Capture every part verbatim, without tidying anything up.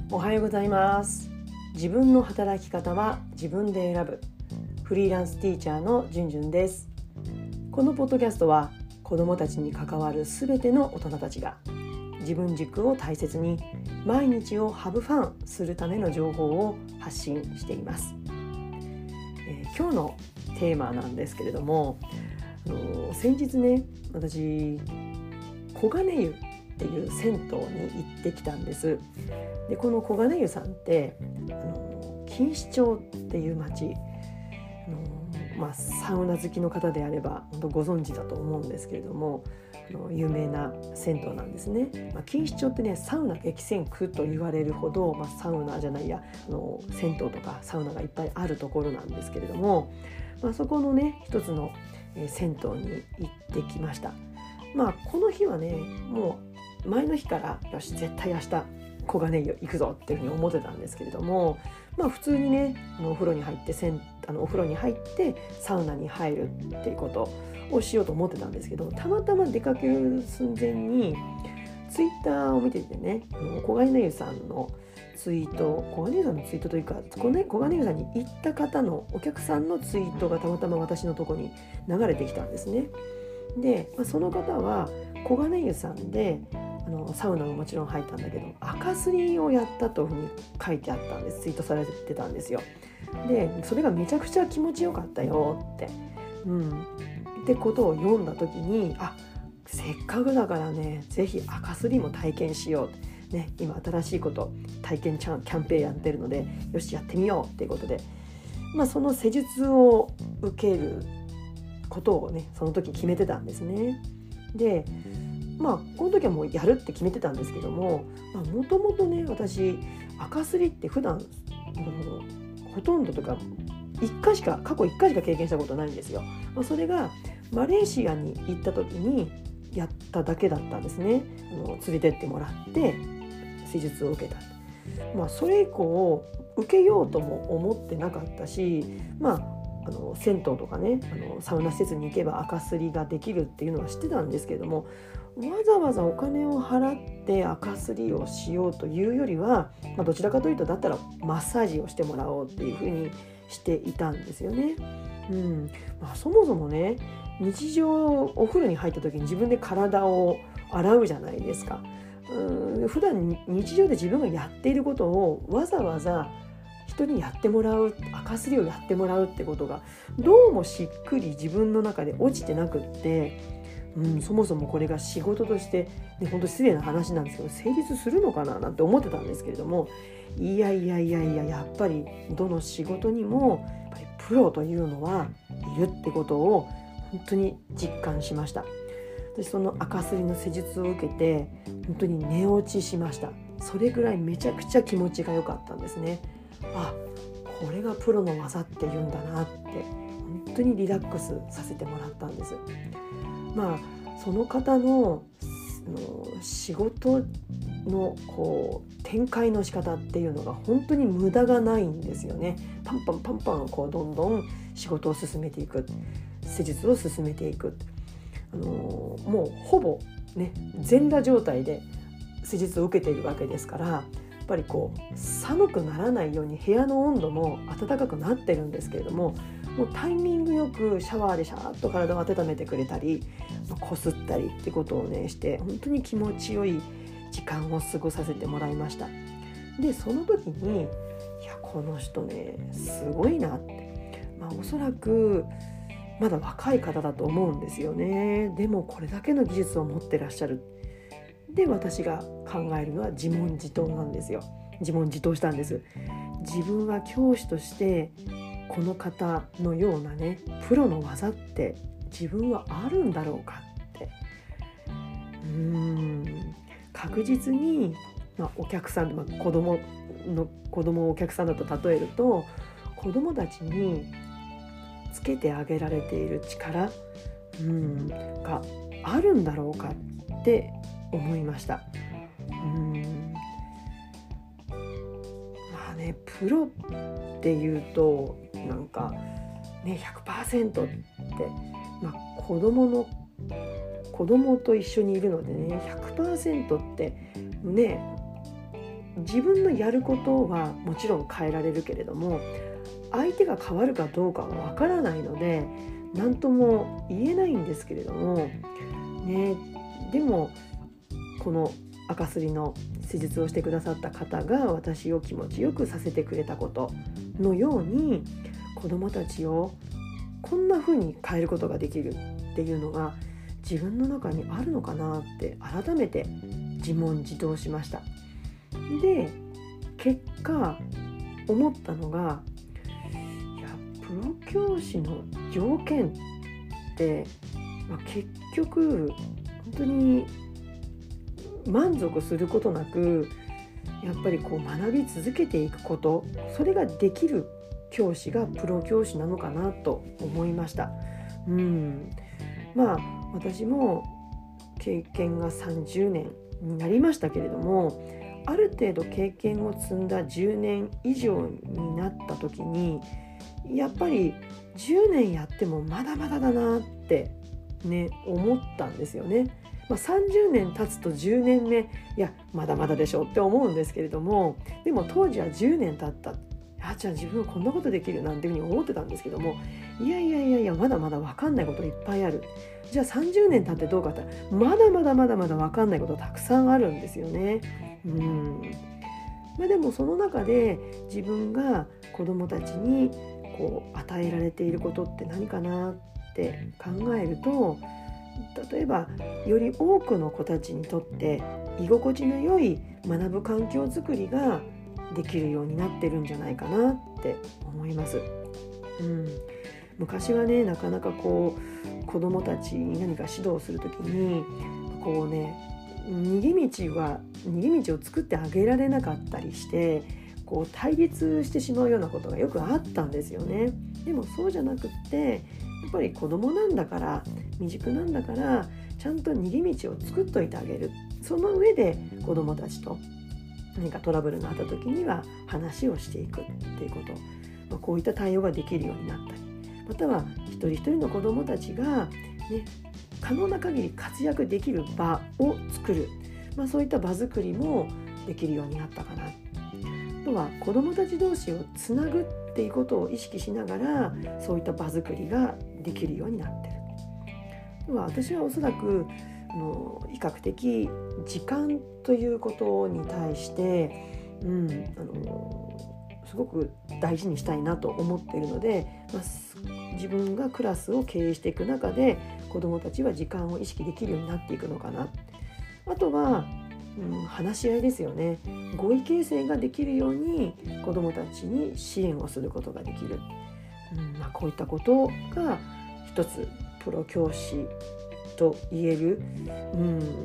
おはようございます。自分の働き方は自分で選ぶフリーランスティーチャーのじゅんじゅんです。このポッドキャストは子どもたちに関わるすべての大人たちが自分軸を大切に毎日をハブファンするための情報を発信しています。えー、今日のテーマなんですけれども、あのー、先日ね私黄金湯っていう銭湯に行ってきたんです。でこの黄金湯さんってあの錦糸町っていう町、あの、まあ、サウナ好きの方であれば本当ご存知だと思うんですけれども、あの有名な銭湯なんですね。まあ、錦糸町ってねサウナ激戦区と言われるほど、まあ、サウナじゃないやあの銭湯とかサウナがいっぱいあるところなんですけれども、まあ、そこのね一つの、えー、銭湯に行ってきました。まあこの日はねもう前の日からよし絶対明日黄金湯行くぞっていうふうに思ってたんですけれども、まあ普通にねあのお風呂に入ってせんあのお風呂に入ってサウナに入るっていうことをしようと思ってたんですけど、たまたま出かける寸前にツイッターを見ててね、あの黄金湯さんのツイート黄金湯さんのツイートというか黄金湯さんに行った方のお客さんのツイートがたまたま私のところに流れてきたんですね。で、まあ、その方は黄金湯さんであのサウナももちろん入ったんだけど赤すりをやったというふうに書いてあったんです。ツイートされてたんですよ。でそれがめちゃくちゃ気持ちよかったよって、うん、ってことを読んだ時にあせっかくだからねぜひ赤すりも体験しよう、ね、今新しいこと体験キャンペーンやってるのでよしやってみようっていうことで、まあ、その施術を受けることをねその時決めてたんですね。でまあこの時はもうやるって決めてたんですけども、もともとね私赤すりって普段ほとんどとかいっかいしか過去いっかいしか経験したことないんですよ。まあ、それがマレーシアに行った時にやっただけだったんですね。あの連れてってもらって施術を受けた。まあそれ以降受けようとも思ってなかったし、まああの銭湯とかねあのサウナ施設に行けば赤すりができるっていうのは知ってたんですけれども、わざわざお金を払って赤すりをしようというよりは、まあ、どちらかというとだったらマッサージをしてもらおうっていうふうにしていたんですよね。うんまあ、そもそもね日常お風呂に入った時に自分で体を洗うじゃないですか。うん普段日常で自分がやっていることをわざわざ人にやってもらう赤すりをやってもらうってことがどうもしっくり自分の中で落ちてなくって、うん、そもそもこれが仕事として、ね、本当失礼な話なんですけど成立するのかななんて思ってたんですけれども、いやいやいやいややっぱりどの仕事にもやっぱりプロというのはいるってことを本当に実感しました。私その赤すりの施術を受けて本当に寝落ちしました。それぐらいめちゃくちゃ気持ちが良かったんですね。あ、これがプロの技って言うんだなって本当にリラックスさせてもらったんです。まあその方の、の仕事のこう展開の仕方っていうのが本当に無駄がないんですよね。パンパンパンパンこうどんどん仕事を進めていく、施術を進めていく、あのもうほぼね全裸状態で施術を受けているわけですから、やっぱりこう寒くならないように部屋の温度も暖かくなってるんですけれども、もうタイミングよくシャワーでシャーッと体を温めてくれたりこすったりってことをねして本当に気持ちよい時間を過ごさせてもらいました。でその時にいやこの人ねすごいなって、まあ、おそらくまだ若い方だと思うんですよね。でもこれだけの技術を持ってらっしゃる。で私が考えるのは自問自答なんですよ。自問自答したんです。自分は教師としてこの方のようなねプロの技って自分はあるんだろうかって、うーん確実に、まあ、お客さん、まあ、子供の子供をお客さんだと例えると子供たちにつけてあげられている力、うんがあるんだろうかって思いました。うんまあねプロっていうとなんかね ひゃくパーセント って、まあ、子供の子供と一緒にいるのでね ひゃくパーセント ってね自分のやることはもちろん変えられるけれども、相手が変わるかどうかはわからないので何とも言えないんですけれどもね。でもこの赤すりの施術をしてくださった方が私を気持ちよくさせてくれたことのように、子どもたちをこんな風に変えることができるっていうのが自分の中にあるのかなって改めて自問自答しました。で、結果思ったのが、いやプロ教師の条件って、まあ、結局本当に満足することなく、やっぱりこう学び続けていくこと、それができる教師がプロ教師なのかなと思いました。うん、まあ私も経験がさんじゅうねんになりましたけれども、ある程度経験を積んだじゅうねん以上になった時に、やっぱりじゅうねんやってもまだまだだなってね思ったんですよね。まあ、さんじゅうねん経つとじゅうねんめ、いやまだまだでしょって思うんですけれども、でも当時はじゅうねん経った、あじゃあ自分はこんなことできるなんていうふうに思ってたんですけども、いやいやいやいやまだまだ分かんないこといっぱいある。じゃあさんじゅうねん経ってどうかって、まだまだまだまだ分かんないことたくさんあるんですよね。うんまあ、でもその中で自分が子どもたちにこう与えられていることって何かなって考えると、例えばより多くの子たちにとって居心地の良い学ぶ環境づくりができるようになってるんじゃないかなって思います。うん、昔はねなかなかこう子どもたちに何か指導するときにこうね逃げ道は逃げ道を作ってあげられなかったりして、こう対立してしまうようなことがよくあったんですよね。でもそうじゃなくってやっぱり子供なんだから、未熟なんだからちゃんと逃げ道を作っといてあげる。その上で子供たちと何かトラブルがあった時には話をしていくっていうこと、まあ、こういった対応ができるようになったり、または一人一人の子供たちが、ね、可能な限り活躍できる場を作る、まあ、そういった場作りもできるようになったかな。あとは子どもたち同士をつなぐっていうことを意識しながら、そういった場作りができるようになっている。あとは私はおそらくあの比較的時間ということに対して、うん、あのすごく大事にしたいなと思っているので、まあ、自分がクラスを経営していく中で子どもたちは時間を意識できるようになっていくのかな。あとはうん、話し合いですよね。合意形成ができるように子どもたちに支援をすることができる、うんまあ、こういったことが一つプロ教師と言える、うん、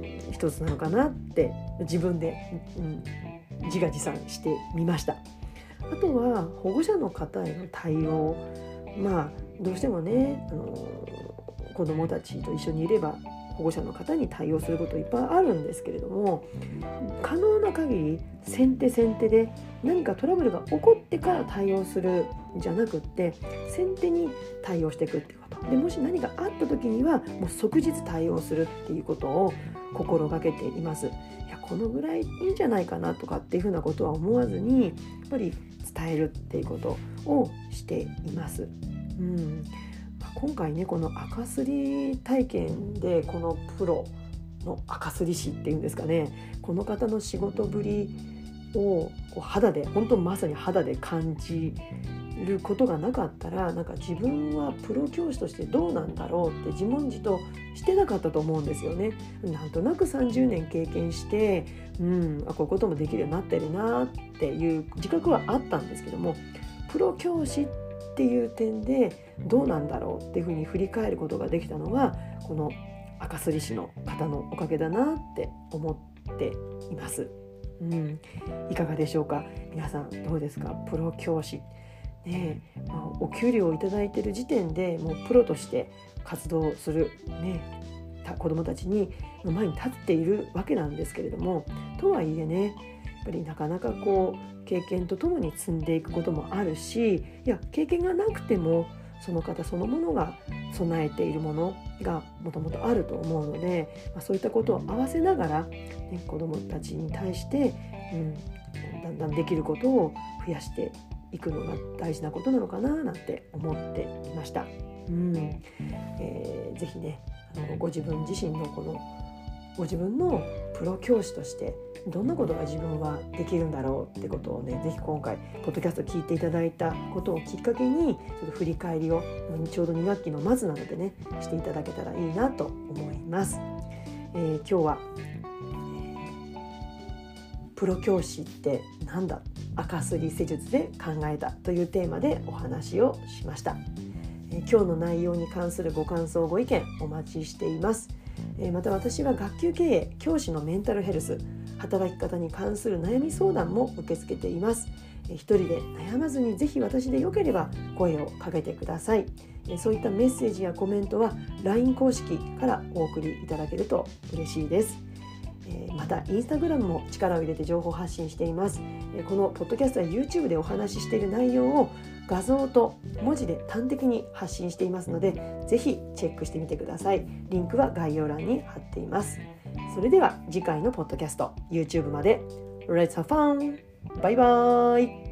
一つなのかなって自分で、うん、自画自賛してみました。あとは保護者の方への対応、まあどうしてもねあの子どもたちと一緒にいれば保護者の方に対応することいっぱいあるんですけれども、可能な限り先手先手で何かトラブルが起こってから対応するんじゃなくって、先手に対応していくっていうことで、もし何かあった時にはもう即日対応するっていうことを心がけています。いやこのぐらいいいんじゃないかなとかっていうふうなことは思わずに、やっぱり伝えるっていうことをしています。うん今回ねこの赤すり体験でこのプロの赤すり師っていうんですかね、この方の仕事ぶりをこう肌で本当まさに肌で感じることがなかったら、なんか自分はプロ教師としてどうなんだろうって自問自答してなかったと思うんですよね。なんとなくさんじゅうねん経験して、うん、あこういうこともできるようになってるなっていう自覚はあったんですけども、プロ教師っていう点でどうなんだろうっていうふうに振り返ることができたのはこの赤すり師の方のおかげだなって思っています。うん、いかがでしょうか皆さん、どうですかプロ教師、ねえまあ、お給料をいただいている時点でもうプロとして活動する、ね、子どもたちにの前に立っているわけなんですけれども、とはいえねやっぱりなかなかこう経験とともに積んでいくこともあるし、いや経験がなくてもその方そのものが備えているものがもともとあると思うので、まあ、そういったことを合わせながら、ね、子どもたちに対して、うん、だんだんできることを増やしていくのが大事なことなのかななんて思っていました。うんえー、ぜひねあのご自分自身のこのご自分のプロ教師としてどんなことが自分はできるんだろうってことをね、ぜひ今回ポッドキャスト聞いていただいたことをきっかけにちょっと振り返りをちょうどに学期の末なのでねしていただけたらいいなと思います。えー、今日は、えー、プロ教師ってなんだ赤すり施術で考えたというテーマでお話をしました。えー、今日の内容に関するご感想ご意見お待ちしています。えー、また私は学級経営、教師のメンタルヘルス、働き方に関する悩み相談も受け付けています。えー、一人で悩まずにぜひ私でよければ声をかけてください。えー、そういったメッセージやコメントは ライン 公式からお送りいただけると嬉しいです。またインスタグラムも力を入れて情報発信しています。このポッドキャストや YouTube でお話ししている内容を画像と文字で端的に発信していますので、ぜひチェックしてみてください。リンクは概要欄に貼っています。それでは次回のポッドキャスト YouTube まで Let's have fun! バイバイ